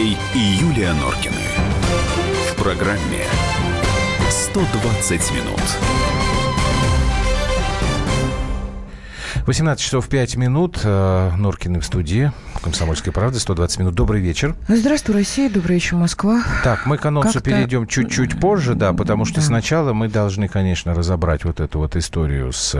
Аверьяновой и Юлия Норкины. В программе «120 минут». 18 часов 5 минут. Норкины в студии. «Комсомольской правды», 120 минут. Добрый вечер. Здравствуй, Россия. Добрый вечер, Москва. Так, мы к анонсу перейдем чуть-чуть позже, да, потому что сначала мы должны, конечно, разобрать вот эту вот историю с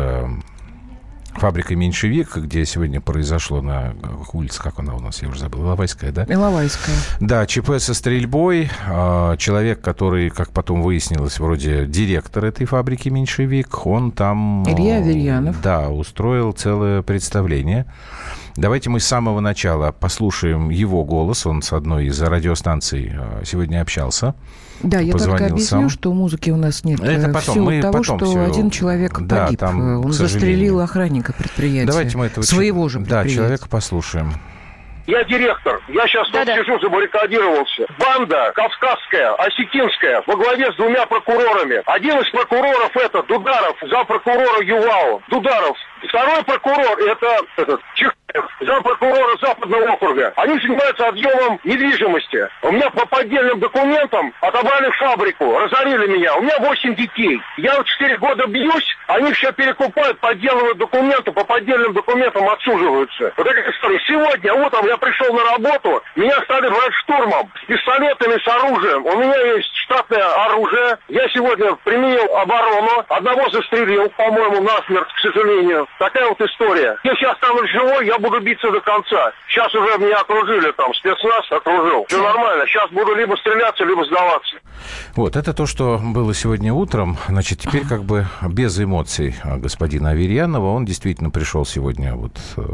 фабрикой «Меньшевик», где сегодня произошло на улице, как она у нас, я уже забыл, Иловайская, да? Иловайская. Да, ЧП со стрельбой. Человек, который, как потом выяснилось, вроде директор этой фабрики «Меньшевик», он там... Илья Аверьянов. Да, устроил целое представление. Давайте мы с самого начала послушаем его голос. Он с одной из радиостанций сегодня общался. Да, я только объясню, сам. Что музыки у нас нет. Это потом. В силу того, что все... один человек погиб. Там, он застрелил охранника предприятия. Давайте мы этого своего же предприятия. Да, человека послушаем. Я директор. Я сейчас тут сижу, забаррикадировался. Банда кавказская, осетинская, во главе с двумя прокурорами. Один из прокуроров это Дударов, зампрокурора ЮВАО. Дударов. Второй прокурор это Чехаев, зампрокурора Западного округа. Они занимаются отъемом недвижимости. У меня по поддельным документам отобрали фабрику, разорили меня. У меня 8 детей. Я 4 года бьюсь, они все перекупают, подделывают документы, по поддельным документам отсуживаются. Вот такая история. Сегодня утром я пришел на работу, меня стали брать штурмом с пистолетами, с оружием. У меня есть штатное оружие. Я сегодня применил оборону. Одного застрелил, по-моему, насмерть, к сожалению. Такая вот история. Если я останусь живой, я буду биться до конца. Сейчас уже меня окружили там, спецназ окружил. Все нормально. Сейчас буду либо стреляться, либо сдаваться. Вот, это то, что было сегодня утром. Значит, теперь как бы без эмоций господина Аверьянова. Он действительно пришел сегодня вот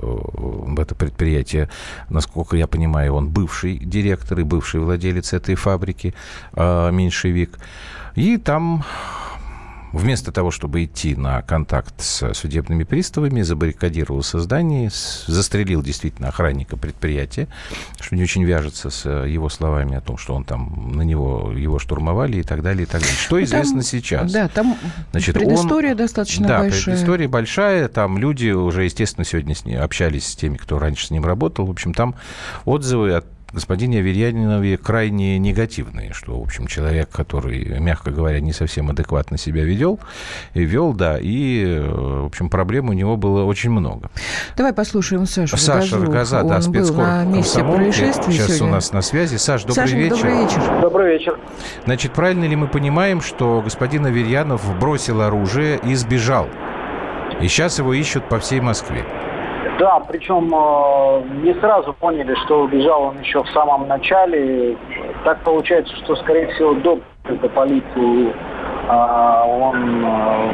в это предприятие. Насколько я понимаю, он бывший директор и бывший владелец этой фабрики «Меньшевик». И там... Вместо того, чтобы идти на контакт с судебными приставами, забаррикадировался в здании, застрелил действительно охранника предприятия, что не очень вяжется с его словами о том, что он там на его штурмовали и так далее, и так далее. Что известно сейчас? Да, там предыстория достаточно большая. Да, предыстория большая. Там люди уже, естественно, сегодня общались с теми, кто раньше с ним работал. В общем, там отзывы от господине Аверьянове крайне негативные, что, в общем, человек, который, мягко говоря, не совсем адекватно себя вел, и, в общем, проблем у него было очень много. Давай послушаем Сашу. Саша Рогоза, да, спецкор на месте происшествия. Сейчас сегодня. У нас на связи. Саш, добрый вечер. Добрый вечер. Добрый вечер. Значит, правильно ли мы понимаем, что господин Аверьянов бросил оружие и сбежал? И сейчас его ищут по всей Москве? Да, причем не сразу поняли, что убежал он еще в самом начале. Так получается, что, скорее всего, до полиции он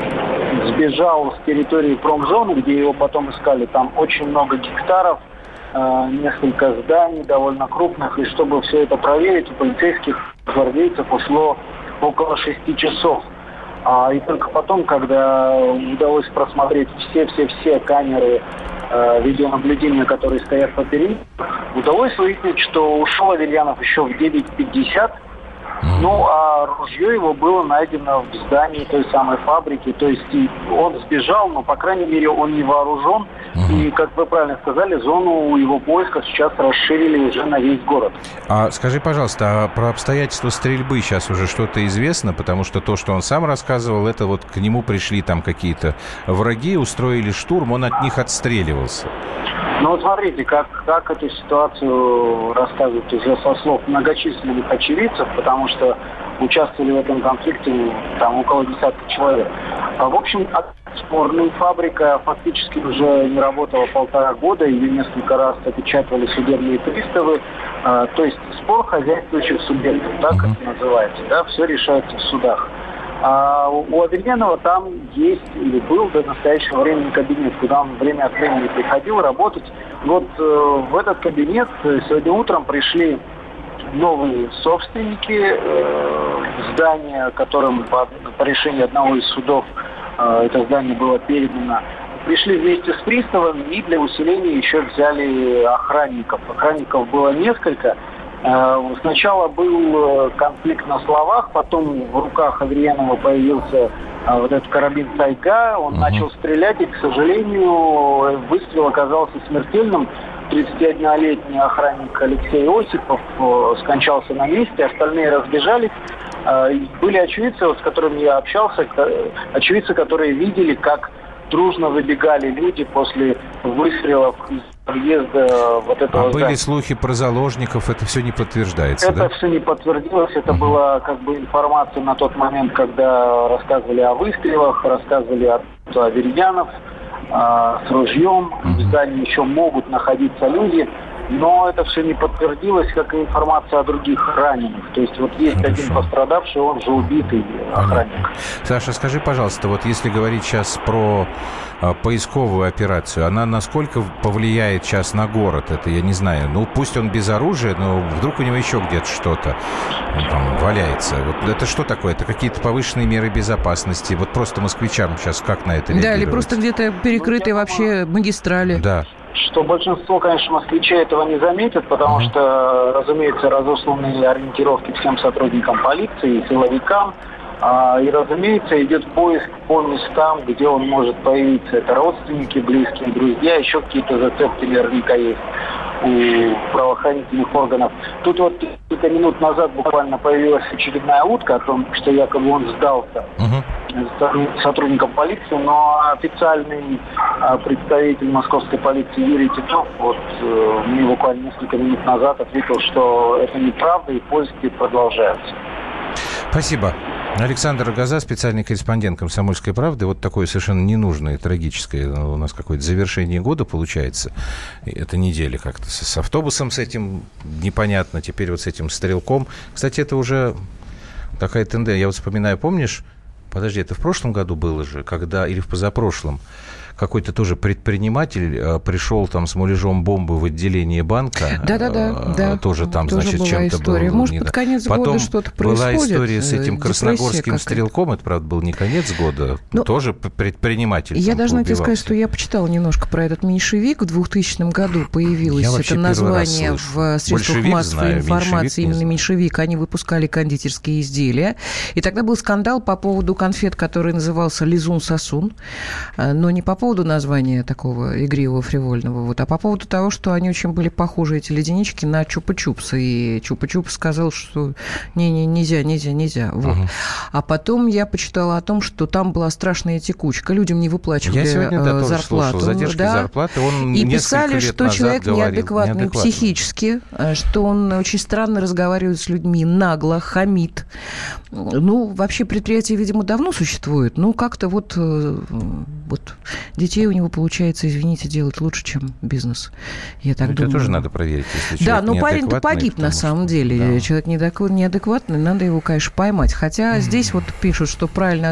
сбежал с территории промзоны, где его потом искали. Там очень много гектаров, несколько зданий довольно крупных. И чтобы все это проверить, у полицейских гвардейцев ушло около 6 часов. И только потом, когда удалось просмотреть все камеры видеонаблюдения, которые стоят по периметру, удалось выяснить, что ушел Аверьянов еще в 9:50. Ну, а ружье его было найдено в здании той самой фабрики. То есть он сбежал, но, по крайней мере, он не вооружен. И, как вы правильно сказали, зону его поиска сейчас расширили уже на весь город. А скажи, пожалуйста, а про обстоятельства стрельбы сейчас уже что-то известно? Потому что то, что он сам рассказывал, это вот к нему пришли там какие-то враги, устроили штурм, он от них отстреливался. Ну вот смотрите, как эту ситуацию рассказывают уже со слов многочисленных очевидцев, потому что участвовали в этом конфликте там около десятка человек. В общем, спорная фабрика фактически уже не работала 1,5 года, ее несколько раз опечатывали судебные приставы. То есть спор хозяйствующих субъектов, так это называется, да, все решается в судах. А у Аверьянова там есть или был до настоящего времени кабинет, куда он время от времени приходил работать. Вот в этот кабинет сегодня утром пришли новые собственники здания, которым по решению одного из судов это здание было передано. Пришли вместе с приставами и для усиления еще взяли охранников. Охранников было несколько. Сначала был конфликт на словах, потом в руках Аверьянова появился вот этот карабин «Тайга», он начал стрелять, и, к сожалению, выстрел оказался смертельным. 31-летний охранник Алексей Осипов скончался на месте, остальные разбежались. Были очевидцы, с которыми я общался, очевидцы, которые видели, как дружно выбегали люди после выстрелов из подъезда вот этого здания. Были слухи про заложников, это все не подтверждается, Это все не подтвердилось, это была как бы информация на тот момент, когда рассказывали о выстрелах, рассказывали о Аверьянов с ружьем, в здании еще могут находиться люди, но это все не подтвердилось, как и информация о других раненых. То есть вот есть один пострадавший, он же убитый охранник. Саша, скажи, пожалуйста, вот если говорить сейчас про поисковую операцию, она насколько повлияет сейчас на город? Это я не знаю. Ну, пусть он без оружия, но вдруг у него еще где-то что-то там валяется. Вот это что такое? Это какие-то повышенные меры безопасности? Вот просто москвичам сейчас как на это реагировать? Да, или просто где-то перекрытые вообще магистрали. Да. Что большинство, конечно, москвичей этого не заметят, потому что, разумеется, разосланы ориентировки всем сотрудникам полиции и силовикам. И, разумеется, идет поиск по местам, где он может появиться. Это родственники, близкие, друзья, еще какие-то зацепки наверняка есть у правоохранительных органов. Тут вот несколько минут назад буквально появилась очередная утка о том, что якобы он сдался сотрудникам полиции, но официальный представитель московской полиции Юрий Титов вот мне буквально несколько минут назад ответил, что это неправда и поиски продолжаются. Спасибо. Александр Рогоза, специальный корреспондент «Комсомольской правды». Вот такое совершенно ненужное, трагическое у нас какое-то завершение года получается. Эта неделя как-то с автобусом с этим непонятно, теперь вот с этим стрелком. Кстати, это уже такая тенденция. Я вот вспоминаю, помнишь, подожди, это в прошлом году было же, когда, или в позапрошлом, какой-то тоже предприниматель пришел там с муляжом бомбы в отделение банка. Да. Тоже там, тоже значит, была чем-то история. был. Может, под конец года что-то происходит. Была история с этим красногорским стрелком. Это, правда, был не конец года. Тоже предприниматель. Я должна тебе сказать, что я почитала немножко про этот меньшевик. В 2000 году появилось это название в средствах массовой информации. Именно меньшевик. Они выпускали кондитерские изделия. И тогда был скандал по поводу конфет, который назывался «Лизун-сосун». Но не по поводу названия такого игривого, фривольного, вот, а по поводу того, что они очень были похожи, эти леденички, на Чупа-Чупс. И Чупа-Чупс сказал, что нельзя. Вот. А потом я почитала о том, что там была страшная текучка, людям не выплачивали зарплату. Зарплаты. Он и писали, что человек неадекватный психически, что он очень странно разговаривает с людьми, нагло, хамит. Ну, вообще предприятие, видимо, давно существует, но как-то вот детей у него получается, извините, делать лучше, чем бизнес. Я так думаю. Это тоже надо проверить, если человек неадекватный. Да, но парень-то погиб на самом деле. Да. Человек неадекватный, надо его, конечно, поймать. Хотя здесь вот пишут, что правильно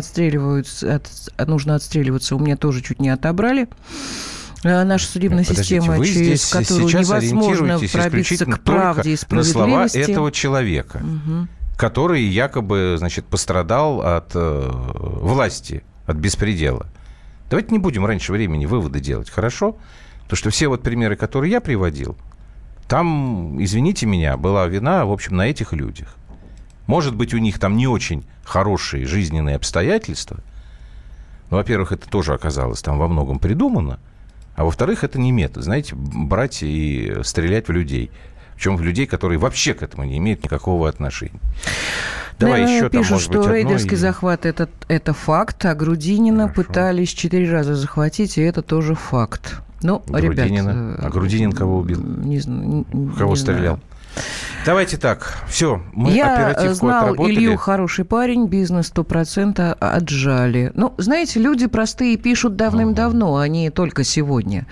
нужно отстреливаться. У меня тоже чуть не отобрали. Наша судебная система, через которую невозможно пробиться к правде и справедливости. На слова этого человека, который якобы, значит, пострадал от власти, от беспредела. Давайте не будем раньше времени выводы делать, хорошо? Потому что все вот примеры, которые я приводил, там, извините меня, была вина, в общем, на этих людях. Может быть, у них там не очень хорошие жизненные обстоятельства. Но, во-первых, это тоже оказалось там во многом придумано. А во-вторых, это не метод, знаете, брать и стрелять в людей. Причем в людей, которые вообще к этому не имеют никакого отношения. Давай еще там, пишут, может быть, что рейдерский захват это факт, а Грудинина пытались 4 раза захватить, и это тоже факт. Ну, Грудинина. Ребят... А Грудинин кого убил? Не знаю. Кого стрелял? Давайте так, все, мы оперативку Я знал отработали. Илью, хороший парень, бизнес 100% отжали. Ну, знаете, люди простые пишут давным-давно, а не только сегодня.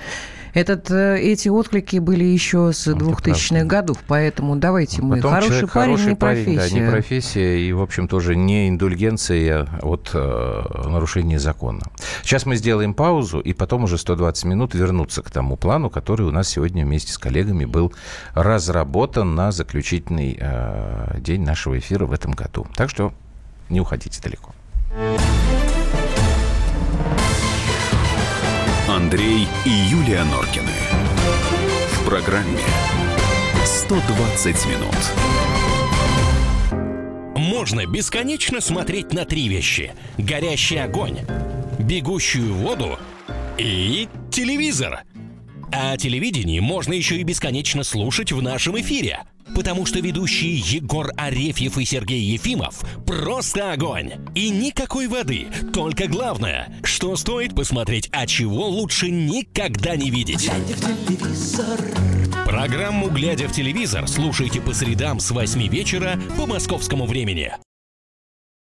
Эти отклики были еще с 2000-х годов, поэтому давайте мы... Хороший парень, не профессия. Да, не профессия и, в общем, тоже не индульгенция от нарушения закона. Сейчас мы сделаем паузу, и потом уже 120 минут вернуться к тому плану, который у нас сегодня вместе с коллегами был разработан на заключительный день нашего эфира в этом году. Так что не уходите далеко. Андрей и Юлия Норкины. В программе 120 минут. Можно бесконечно смотреть на 3 вещи. Горящий огонь, бегущую воду и телевизор. А телевидение можно еще и бесконечно слушать в нашем эфире. Потому что ведущие Егор Арефьев и Сергей Ефимов просто огонь. И никакой воды, только главное, что стоит посмотреть, а чего лучше никогда не видеть. Программу «Глядя в телевизор» слушайте по средам с 8 вечера по московскому времени.